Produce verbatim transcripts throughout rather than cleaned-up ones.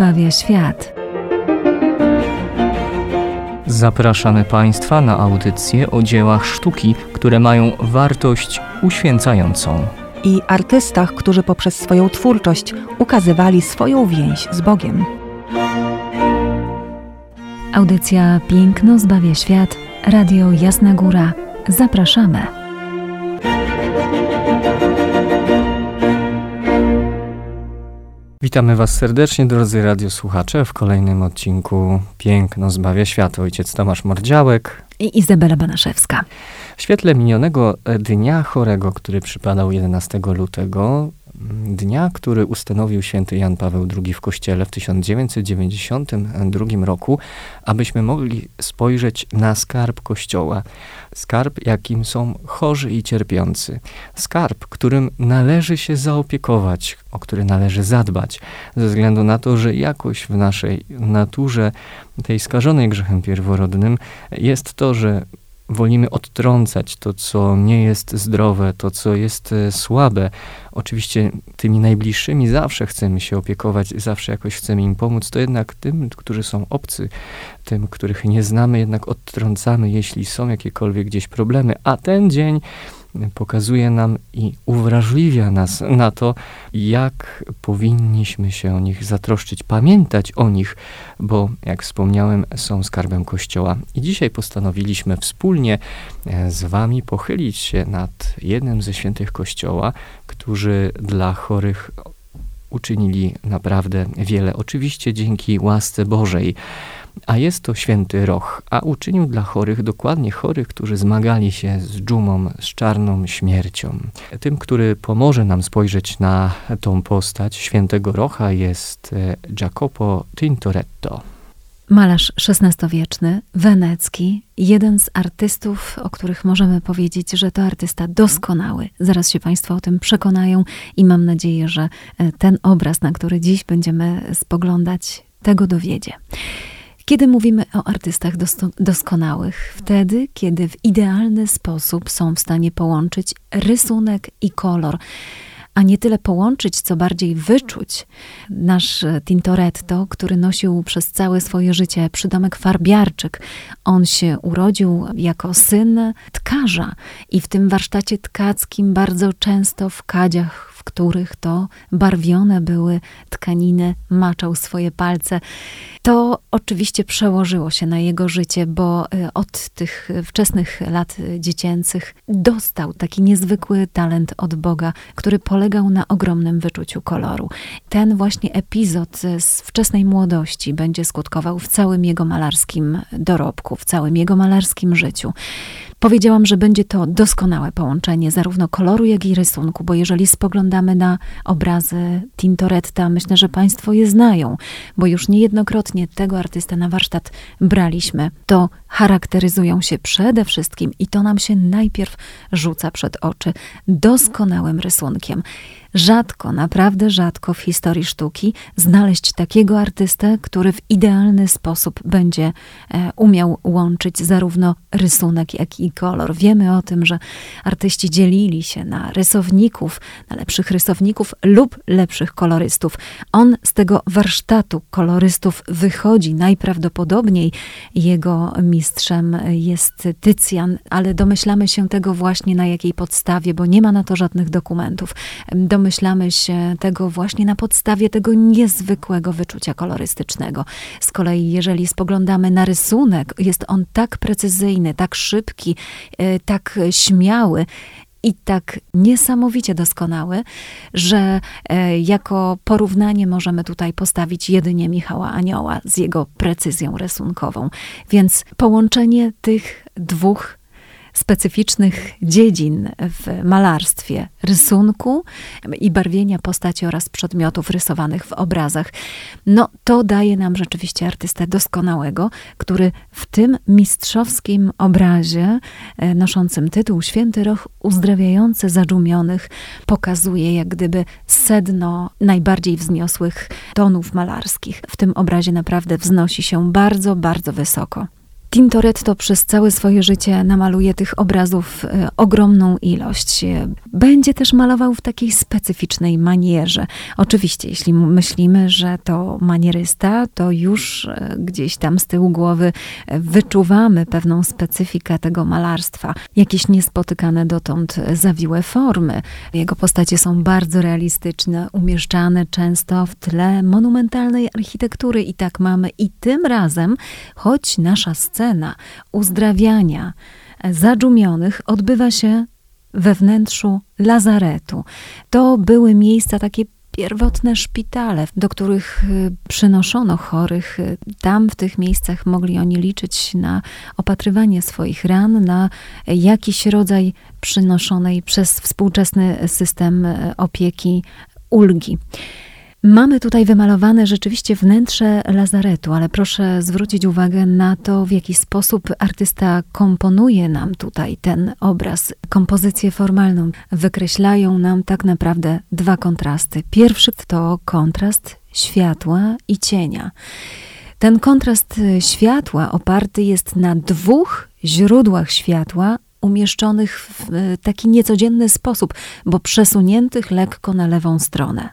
zbawia świat. Zapraszamy Państwa na audycję o dziełach sztuki, które mają wartość uświęcającą. I artystach, którzy poprzez swoją twórczość ukazywali swoją więź z Bogiem. Audycja Piękno zbawia świat. Radio Jasna Góra. Zapraszamy. Witamy Was serdecznie, drodzy radiosłuchacze, w kolejnym odcinku Piękno zbawia świat. Ojciec Tomasz Mordziałek i Izabela Banaszewska. W świetle minionego Dnia Chorego, który przypadał jedenastego lutego, dnia, który ustanowił święty Jan Paweł drugi w Kościele w tysiąc dziewięćset dziewięćdziesiątym drugim roku, abyśmy mogli spojrzeć na skarb Kościoła. Skarb, jakim są chorzy i cierpiący. Skarb, którym należy się zaopiekować, o który należy zadbać, ze względu na to, że jakoś w naszej naturze, tej skażonej grzechem pierworodnym, jest to, że wolimy odtrącać to, co nie jest zdrowe, to, co jest słabe. Oczywiście tymi najbliższymi zawsze chcemy się opiekować, zawsze jakoś chcemy im pomóc, to jednak tym, którzy są obcy, tym, których nie znamy, jednak odtrącamy, jeśli są jakiekolwiek gdzieś problemy. A ten dzień pokazuje nam i uwrażliwia nas na to, jak powinniśmy się o nich zatroszczyć, pamiętać o nich, bo jak wspomniałem, są skarbem Kościoła. I dzisiaj postanowiliśmy wspólnie z Wami pochylić się nad jednym ze świętych Kościoła, którzy dla chorych uczynili naprawdę wiele. Oczywiście dzięki łasce Bożej. A jest to święty Roch, a uczynił dla chorych, dokładnie chorych, którzy zmagali się z dżumą, z czarną śmiercią. Tym, który pomoże nam spojrzeć na tą postać świętego Rocha, jest Jacopo Tintoretto. Malarz szesnastowieczny, wenecki, jeden z artystów, o których możemy powiedzieć, że to artysta doskonały. Zaraz się Państwo o tym przekonają i mam nadzieję, że ten obraz, na który dziś będziemy spoglądać, tego dowiedzie. Kiedy mówimy o artystach dos- doskonałych? Wtedy, kiedy w idealny sposób są w stanie połączyć rysunek i kolor. A nie tyle połączyć, co bardziej wyczuć. Nasz Tintoretto, który nosił przez całe swoje życie przydomek farbiarczyk, on się urodził jako syn tkarza i w tym warsztacie tkackim bardzo często w kadziach, w których to barwione były tkaniny, maczał swoje palce. To oczywiście przełożyło się na jego życie, bo od tych wczesnych lat dziecięcych dostał taki niezwykły talent od Boga, który polegał na ogromnym wyczuciu koloru. Ten właśnie epizod z wczesnej młodości będzie skutkował w całym jego malarskim dorobku, w całym jego malarskim życiu. Powiedziałam, że będzie to doskonałe połączenie zarówno koloru, jak i rysunku, bo jeżeli spoglądamy na obrazy Tintoretta, myślę, że Państwo je znają, bo już niejednokrotnie tego artystę na warsztat braliśmy. To charakteryzują się przede wszystkim, i to nam się najpierw rzuca przed oczy, doskonałym rysunkiem. Rzadko, naprawdę rzadko w historii sztuki znaleźć takiego artystę, który w idealny sposób będzie e, umiał łączyć zarówno rysunek, jak i kolor. Wiemy o tym, że artyści dzielili się na rysowników, na lepszych rysowników lub lepszych kolorystów. On z tego warsztatu kolorystów wychodzi. Najprawdopodobniej jego mistrzem jest Tycjan, ale domyślamy się tego właśnie na jakiej podstawie, bo nie ma na to żadnych dokumentów. Domyślamy się tego właśnie na podstawie tego niezwykłego wyczucia kolorystycznego. Z kolei jeżeli spoglądamy na rysunek, jest on tak precyzyjny, tak szybki, tak śmiały i tak niesamowicie doskonały, że jako porównanie możemy tutaj postawić jedynie Michała Anioła z jego precyzją rysunkową. Więc połączenie tych dwóch specyficznych dziedzin w malarstwie, rysunku i barwienia postaci oraz przedmiotów rysowanych w obrazach. No to daje nam rzeczywiście artystę doskonałego, który w tym mistrzowskim obrazie noszącym tytuł Święty Roch uzdrawiający zadumionych pokazuje jak gdyby sedno najbardziej wzniosłych tonów malarskich. W tym obrazie naprawdę wznosi się bardzo, bardzo wysoko. Tintoretto przez całe swoje życie namaluje tych obrazów e, ogromną ilość. Będzie też malował w takiej specyficznej manierze. Oczywiście, jeśli myślimy, że to manierysta, to już e, gdzieś tam z tyłu głowy e, wyczuwamy pewną specyfikę tego malarstwa. Jakieś niespotykane dotąd zawiłe formy. Jego postacie są bardzo realistyczne, umieszczane często w tle monumentalnej architektury i tak mamy i tym razem, choć nasza scena uzdrawiania zadżumionych odbywa się we wnętrzu lazaretu. To były miejsca takie pierwotne szpitale, do których przynoszono chorych. Tam w tych miejscach mogli oni liczyć na opatrywanie swoich ran, na jakiś rodzaj przynoszonej przez współczesny system opieki ulgi. Mamy tutaj wymalowane rzeczywiście wnętrze lazaretu, ale proszę zwrócić uwagę na to, w jaki sposób artysta komponuje nam tutaj ten obraz. Kompozycję formalną wykreślają nam tak naprawdę dwa kontrasty. Pierwszy to kontrast światła i cienia. Ten kontrast światła oparty jest na dwóch źródłach światła, umieszczonych w taki niecodzienny sposób, bo przesuniętych lekko na lewą stronę.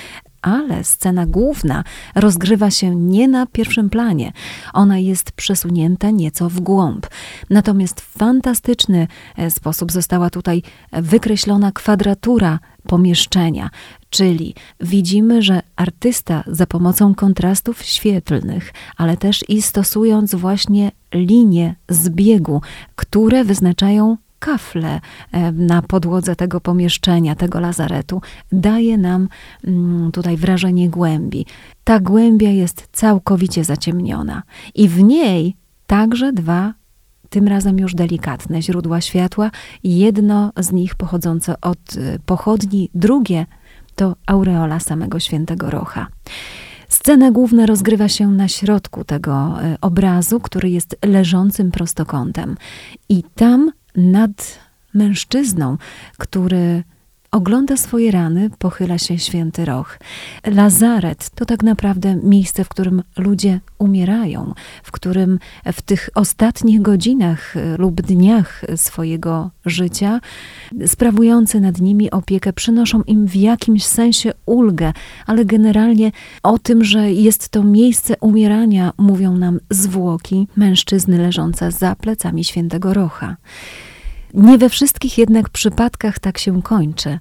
Ale scena główna rozgrywa się nie na pierwszym planie. Ona jest przesunięta nieco w głąb. Natomiast w fantastyczny sposób została tutaj wykreślona kwadratura pomieszczenia. Czyli widzimy, że artysta za pomocą kontrastów świetlnych, ale też i stosując właśnie linie zbiegu, które wyznaczają kafle na podłodze tego pomieszczenia, tego lazaretu, daje nam tutaj wrażenie głębi. Ta głębia jest całkowicie zaciemniona i w niej także dwa, tym razem już delikatne źródła światła. Jedno z nich pochodzące od pochodni, drugie to aureola samego świętego Rocha. Scena główna rozgrywa się na środku tego obrazu, który jest leżącym prostokątem i tam nad mężczyzną, który ogląda swoje rany, pochyla się święty Roch. Lazaret to tak naprawdę miejsce, w którym ludzie umierają, w którym w tych ostatnich godzinach lub dniach swojego życia sprawujący nad nimi opiekę przynoszą im w jakimś sensie ulgę, ale generalnie o tym, że jest to miejsce umierania, mówią nam zwłoki mężczyzny leżące za plecami świętego Rocha. Nie we wszystkich jednak przypadkach tak się kończy,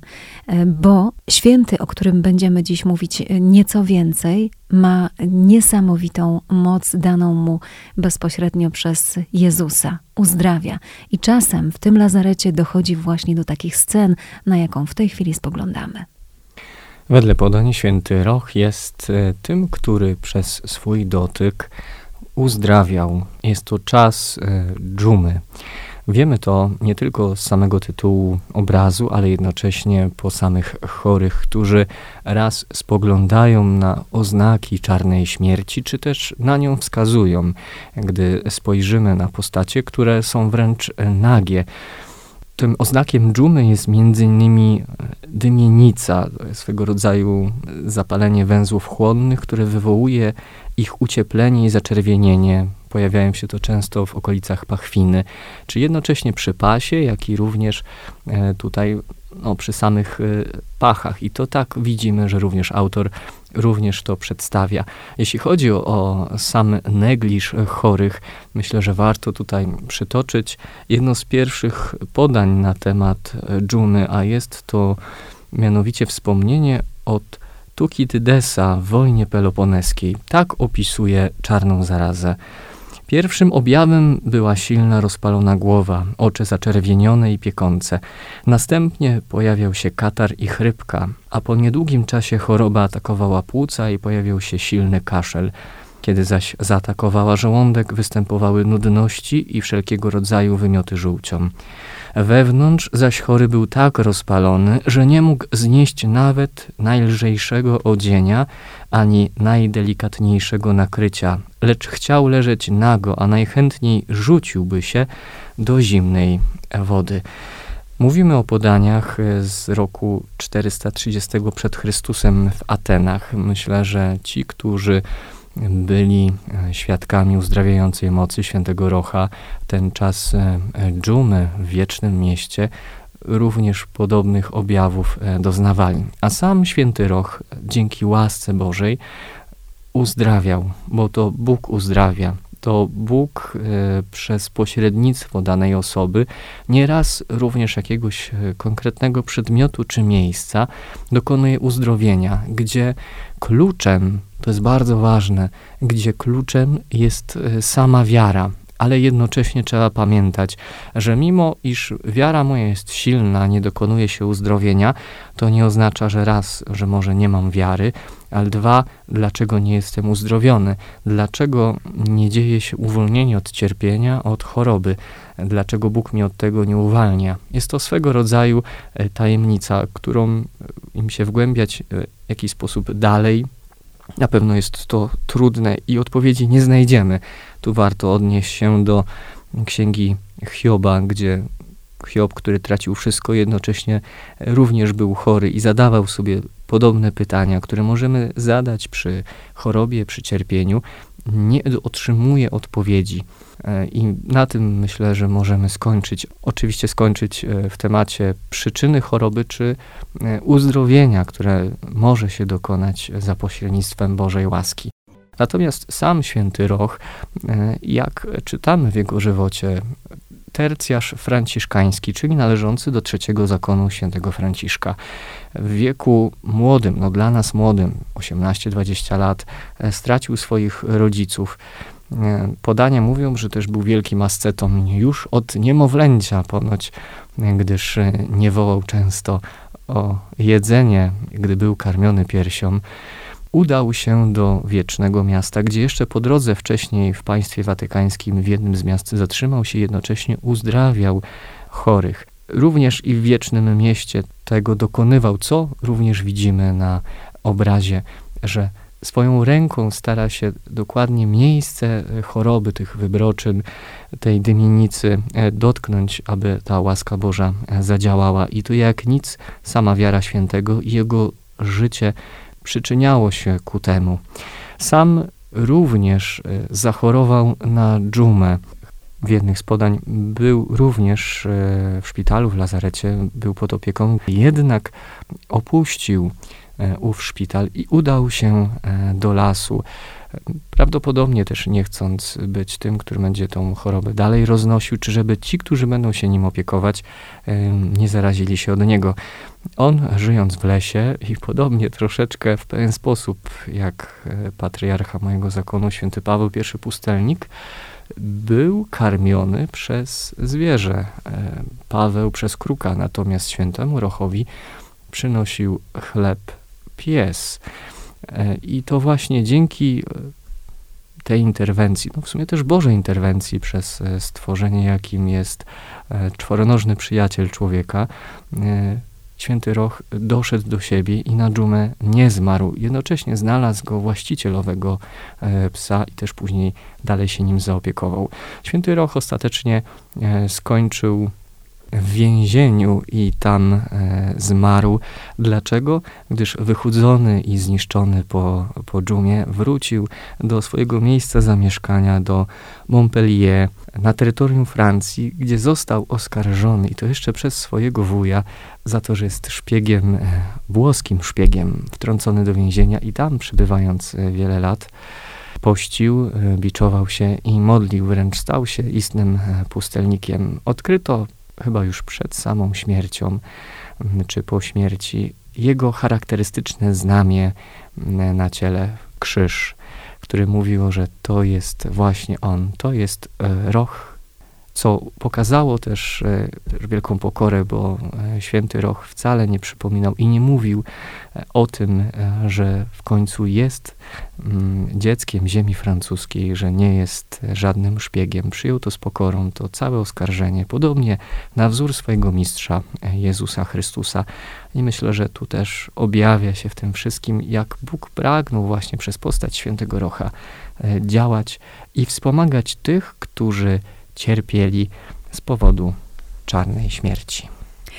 bo święty, o którym będziemy dziś mówić nieco więcej, ma niesamowitą moc daną mu bezpośrednio przez Jezusa. Uzdrawia. I czasem w tym lazarecie dochodzi właśnie do takich scen, na jaką w tej chwili spoglądamy. Wedle podań święty Roch jest tym, który przez swój dotyk uzdrawiał. Jest to czas dżumy. Wiemy to nie tylko z samego tytułu obrazu, ale jednocześnie po samych chorych, którzy raz spoglądają na oznaki czarnej śmierci, czy też na nią wskazują, gdy spojrzymy na postacie, które są wręcz nagie. Tym oznakiem dżumy jest między innymi dymienica, swego rodzaju zapalenie węzłów chłonnych, które wywołuje ich ucieplenie i zaczerwienienie. Pojawiają się to często w okolicach pachwiny, czy jednocześnie przy pasie, jak i również e, tutaj no, przy samych e, pachach. I to tak widzimy, że również autor również to przedstawia. Jeśli chodzi o, o sam negliż chorych, myślę, że warto tutaj przytoczyć jedno z pierwszych podań na temat dżumy, a jest to mianowicie wspomnienie od Tukidydesa w wojnie peloponeskiej. Tak opisuje czarną zarazę. Pierwszym objawem była silna, rozpalona głowa, oczy zaczerwienione i piekące. Następnie pojawiał się katar i chrypka, a po niedługim czasie choroba atakowała płuca i pojawił się silny kaszel. Kiedy zaś zaatakowała żołądek, występowały nudności i wszelkiego rodzaju wymioty żółcią. Wewnątrz zaś chory był tak rozpalony, że nie mógł znieść nawet najlżejszego odzienia, ani najdelikatniejszego nakrycia, lecz chciał leżeć nago, a najchętniej rzuciłby się do zimnej wody. Mówimy o podaniach z roku czterysta trzydziestego przed Chrystusem w Atenach. Myślę, że ci, którzy byli świadkami uzdrawiającej mocy świętego Rocha. Ten czas dżumy w Wiecznym Mieście również podobnych objawów doznawali. A sam święty Roch dzięki łasce Bożej uzdrawiał, bo to Bóg uzdrawia. To Bóg e, przez pośrednictwo danej osoby, nieraz również jakiegoś e, konkretnego przedmiotu czy miejsca, dokonuje uzdrowienia, gdzie kluczem, to jest bardzo ważne, gdzie kluczem jest e, sama wiara. Ale jednocześnie trzeba pamiętać, że mimo iż wiara moja jest silna, nie dokonuje się uzdrowienia, to nie oznacza, że raz, że może nie mam wiary, ale dwa, dlaczego nie jestem uzdrowiony, dlaczego nie dzieje się uwolnienie od cierpienia, od choroby, dlaczego Bóg mnie od tego nie uwalnia. Jest to swego rodzaju tajemnica, którą im się wgłębiać w jakiś sposób dalej. Na pewno jest to trudne i odpowiedzi nie znajdziemy. Tu warto odnieść się do księgi Hioba, gdzie Hiob, który tracił wszystko, jednocześnie również był chory i zadawał sobie podobne pytania, które możemy zadać przy chorobie, przy cierpieniu. Nie otrzymuje odpowiedzi. I na tym myślę, że możemy skończyć. Oczywiście skończyć w temacie przyczyny choroby, czy uzdrowienia, które może się dokonać za pośrednictwem Bożej łaski. Natomiast sam święty Roch, jak czytamy w jego żywocie, tercjarz franciszkański, czyli należący do trzeciego zakonu świętego Franciszka. W wieku młodym, no dla nas młodym, osiemnaście dwadzieścia lat, stracił swoich rodziców. Podania mówią, że też był wielkim ascetą już od niemowlęcia ponoć, gdyż nie wołał często o jedzenie, gdy był karmiony piersią. Udał się do Wiecznego Miasta, gdzie jeszcze po drodze wcześniej w państwie watykańskim w jednym z miast zatrzymał się, jednocześnie uzdrawiał chorych. Również i w Wiecznym Mieście tego dokonywał, co również widzimy na obrazie, że swoją ręką stara się dokładnie miejsce choroby, tych wybroczyn, tej dymienicy dotknąć, aby ta łaska Boża zadziałała. I tu jak nic sama wiara świętego i jego życie przyczyniało się ku temu. Sam również zachorował na dżumę. W jednych z podań był również w szpitalu, w lazarecie, był pod opieką, jednak opuścił ów szpital i udał się do lasu. Prawdopodobnie też nie chcąc być tym, który będzie tą chorobę dalej roznosił, czy żeby ci, którzy będą się nim opiekować, nie zarazili się od niego. On, żyjąc w lesie i podobnie troszeczkę w pewien sposób jak patriarcha mojego zakonu, święty Paweł I Pustelnik, był karmiony przez zwierzę. Paweł przez kruka, natomiast świętemu Rochowi przynosił chleb pies. I to właśnie dzięki tej interwencji, no w sumie też Bożej interwencji przez stworzenie, jakim jest czworonożny przyjaciel człowieka, święty Roch doszedł do siebie i na dżumę nie zmarł. Jednocześnie znalazł go właściciel owego psa i też później dalej się nim zaopiekował. Święty Roch ostatecznie skończył w więzieniu i tam e, zmarł. Dlaczego? Gdyż wychudzony i zniszczony po, po dżumie wrócił do swojego miejsca zamieszkania, do Montpellier, na terytorium Francji, gdzie został oskarżony, i to jeszcze przez swojego wuja, za to, że jest szpiegiem, e, włoskim szpiegiem, wtrącony do więzienia i tam, przebywając e, wiele lat, pościł, e, biczował się i modlił, wręcz stał się istnym e, pustelnikiem. Odkryto chyba już przed samą śmiercią, czy po śmierci, jego charakterystyczne znamię na ciele, krzyż, który mówiło, że to jest właśnie on, to jest Roch, co pokazało też wielką pokorę, bo święty Roch wcale nie przypominał i nie mówił o tym, że w końcu jest dzieckiem ziemi francuskiej, że nie jest żadnym szpiegiem. Przyjął to z pokorą, to całe oskarżenie, podobnie na wzór swojego mistrza Jezusa Chrystusa. I myślę, że tu też objawia się w tym wszystkim, jak Bóg pragnął właśnie przez postać świętego Rocha działać i wspomagać tych, którzy cierpieli z powodu czarnej śmierci.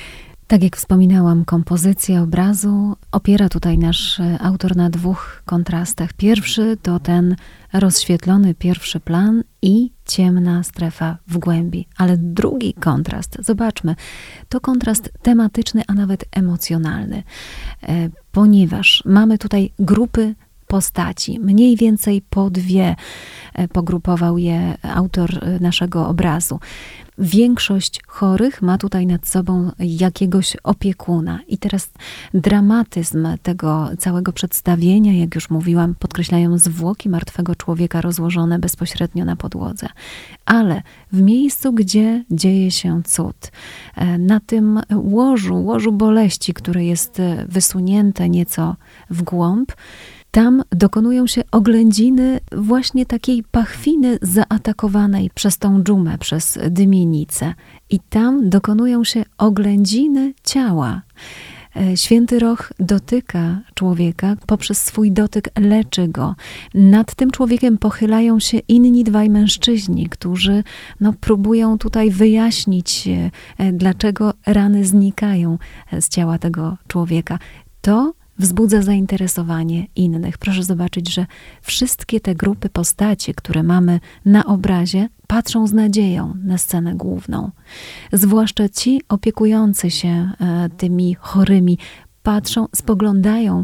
Tak jak wspominałam, kompozycja obrazu opiera tutaj nasz autor na dwóch kontrastach. Pierwszy to ten rozświetlony pierwszy plan i ciemna strefa w głębi. Ale drugi kontrast, zobaczmy, to kontrast tematyczny, a nawet emocjonalny, e, ponieważ mamy tutaj grupy postaci, mniej więcej po dwie e, pogrupował je autor naszego obrazu. Większość chorych ma tutaj nad sobą jakiegoś opiekuna. I teraz dramatyzm tego całego przedstawienia, jak już mówiłam, podkreślają zwłoki martwego człowieka rozłożone bezpośrednio na podłodze. Ale w miejscu, gdzie dzieje się cud, na tym łożu, łożu boleści, które jest wysunięte nieco w głąb, tam dokonują się oględziny właśnie takiej pachwiny zaatakowanej przez tą dżumę, przez dymienicę. I tam dokonują się oględziny ciała. Święty Roch dotyka człowieka, poprzez swój dotyk leczy go. Nad tym człowiekiem pochylają się inni dwaj mężczyźni, którzy no, próbują tutaj wyjaśnić, dlaczego rany znikają z ciała tego człowieka. To wzbudza zainteresowanie innych. Proszę zobaczyć, że wszystkie te grupy postaci, które mamy na obrazie, patrzą z nadzieją na scenę główną. Zwłaszcza ci opiekujący się e, tymi chorymi patrzą, spoglądają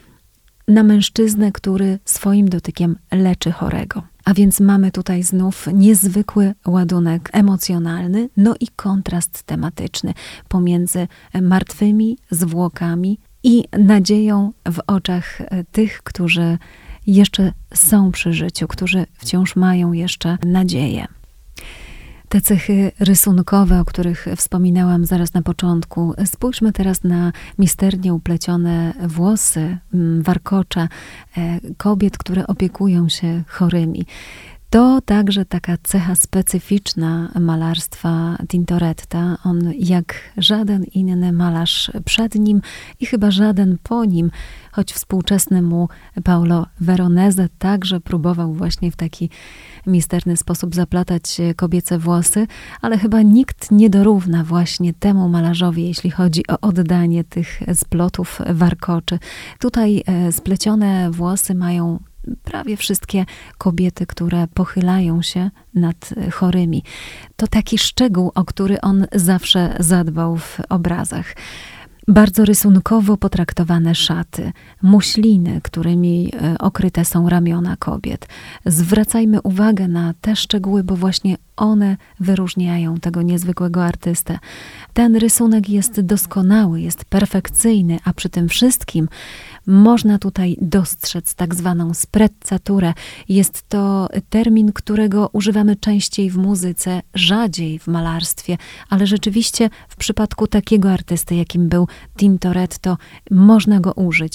na mężczyznę, który swoim dotykiem leczy chorego. A więc mamy tutaj znów niezwykły ładunek emocjonalny, no i kontrast tematyczny pomiędzy martwymi zwłokami i nadzieją w oczach tych, którzy jeszcze są przy życiu, którzy wciąż mają jeszcze nadzieję. Te cechy rysunkowe, o których wspominałam zaraz na początku. Spójrzmy teraz na misternie uplecione włosy, warkocza kobiet, które opiekują się chorymi. To także taka cecha specyficzna malarstwa Tintoretta. On jak żaden inny malarz przed nim i chyba żaden po nim, choć współczesny mu Paolo Veronese także próbował właśnie w taki misterny sposób zaplatać kobiece włosy, ale chyba nikt nie dorówna właśnie temu malarzowi, jeśli chodzi o oddanie tych splotów warkoczy. Tutaj splecione włosy mają prawie wszystkie kobiety, które pochylają się nad chorymi. To taki szczegół, o który on zawsze zadbał w obrazach. Bardzo rysunkowo potraktowane szaty, muśliny, którymi okryte są ramiona kobiet. Zwracajmy uwagę na te szczegóły, bo właśnie one wyróżniają tego niezwykłego artystę. Ten rysunek jest doskonały, jest perfekcyjny, a przy tym wszystkim można tutaj dostrzec tak zwaną sprezzaturę. Jest to termin, którego używamy częściej w muzyce, rzadziej w malarstwie, ale rzeczywiście w przypadku takiego artysty, jakim był Tintoretto, można go użyć.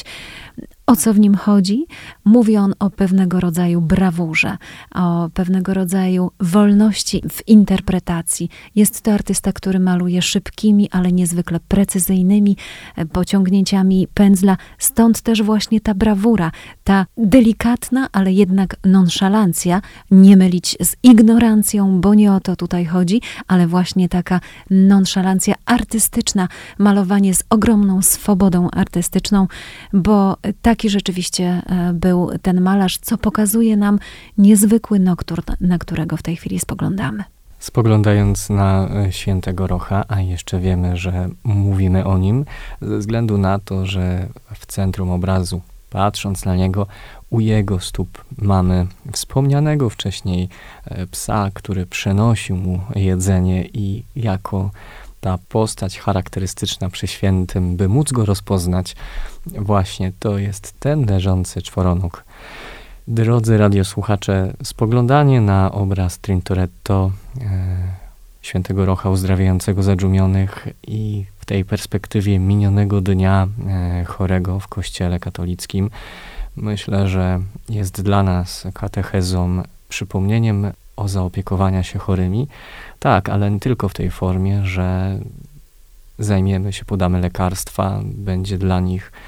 O co w nim chodzi? Mówi on o pewnego rodzaju brawurze, o pewnego rodzaju wolności w interpretacji. Jest to artysta, który maluje szybkimi, ale niezwykle precyzyjnymi pociągnięciami pędzla. Stąd też właśnie ta brawura, ta delikatna, ale jednak nonszalancja. Nie mylić z ignorancją, bo nie o to tutaj chodzi, ale właśnie taka nonszalancja artystyczna, malowanie z ogromną swobodą artystyczną, bo tak Taki rzeczywiście był ten malarz, co pokazuje nam niezwykły nokturn, na którego w tej chwili spoglądamy. Spoglądając na świętego Rocha, a jeszcze wiemy, że mówimy o nim, ze względu na to, że w centrum obrazu, patrząc na niego, u jego stóp mamy wspomnianego wcześniej psa, który przenosił mu jedzenie i jako ta postać charakterystyczna przy świętym, by móc go rozpoznać, właśnie to jest ten leżący czworonóg. Drodzy radiosłuchacze, spoglądanie na obraz Tintoretto, e, świętego Rocha uzdrawiającego zadżumionych i w tej perspektywie minionego dnia e, chorego w kościele katolickim, myślę, że jest dla nas katechezą, przypomnieniem o zaopiekowaniu się chorymi. Tak, ale nie tylko w tej formie, że zajmiemy się, podamy lekarstwa, będzie dla nich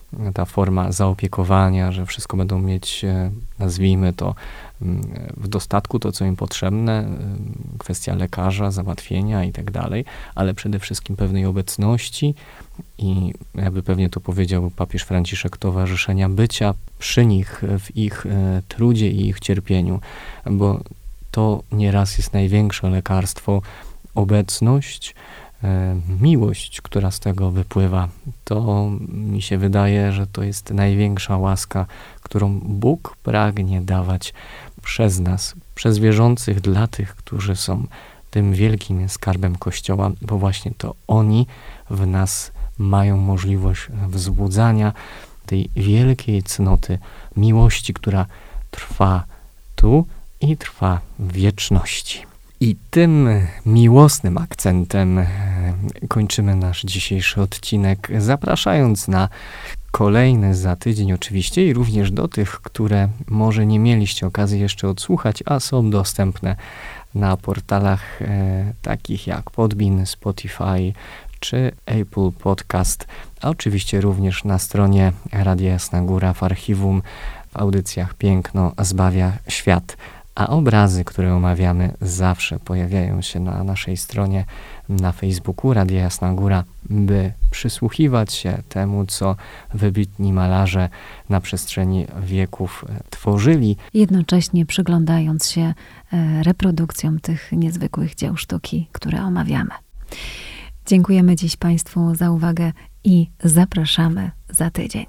ta forma zaopiekowania, że wszystko będą mieć, nazwijmy to, w dostatku, to co im potrzebne, kwestia lekarza, załatwienia i tak dalej, ale przede wszystkim pewnej obecności i jakby pewnie to powiedział papież Franciszek, towarzyszenia, bycia przy nich w ich trudzie i ich cierpieniu, bo to nieraz jest największe lekarstwo, obecność, miłość, która z tego wypływa. To mi się wydaje, że to jest największa łaska, którą Bóg pragnie dawać przez nas, przez wierzących, dla tych, którzy są tym wielkim skarbem Kościoła, bo właśnie to oni w nas mają możliwość wzbudzania tej wielkiej cnoty miłości, która trwa tu i trwa w wieczności. I tym miłosnym akcentem kończymy nasz dzisiejszy odcinek, zapraszając na kolejny za tydzień oczywiście i również do tych, które może nie mieliście okazji jeszcze odsłuchać, a są dostępne na portalach e, takich jak Podbean, Spotify czy Apple Podcast, a oczywiście również na stronie Radia Jasna Góra w archiwum w audycjach Piękno zbawia świat. A obrazy, które omawiamy, zawsze pojawiają się na naszej stronie na Facebooku Radia Jasna Góra, by przysłuchiwać się temu, co wybitni malarze na przestrzeni wieków tworzyli. Jednocześnie przyglądając się reprodukcjom tych niezwykłych dzieł sztuki, które omawiamy. Dziękujemy dziś Państwu za uwagę i zapraszamy za tydzień.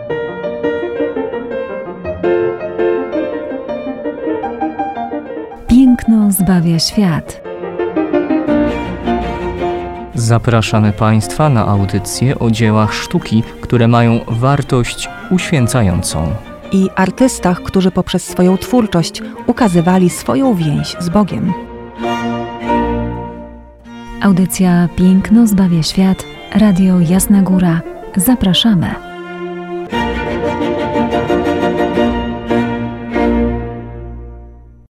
Piękno zbawia świat. Zapraszamy Państwa na audycje o dziełach sztuki, które mają wartość uświęcającą. I artystach, którzy poprzez swoją twórczość ukazywali swoją więź z Bogiem. Audycja Piękno zbawia świat. Radio Jasna Góra. Zapraszamy.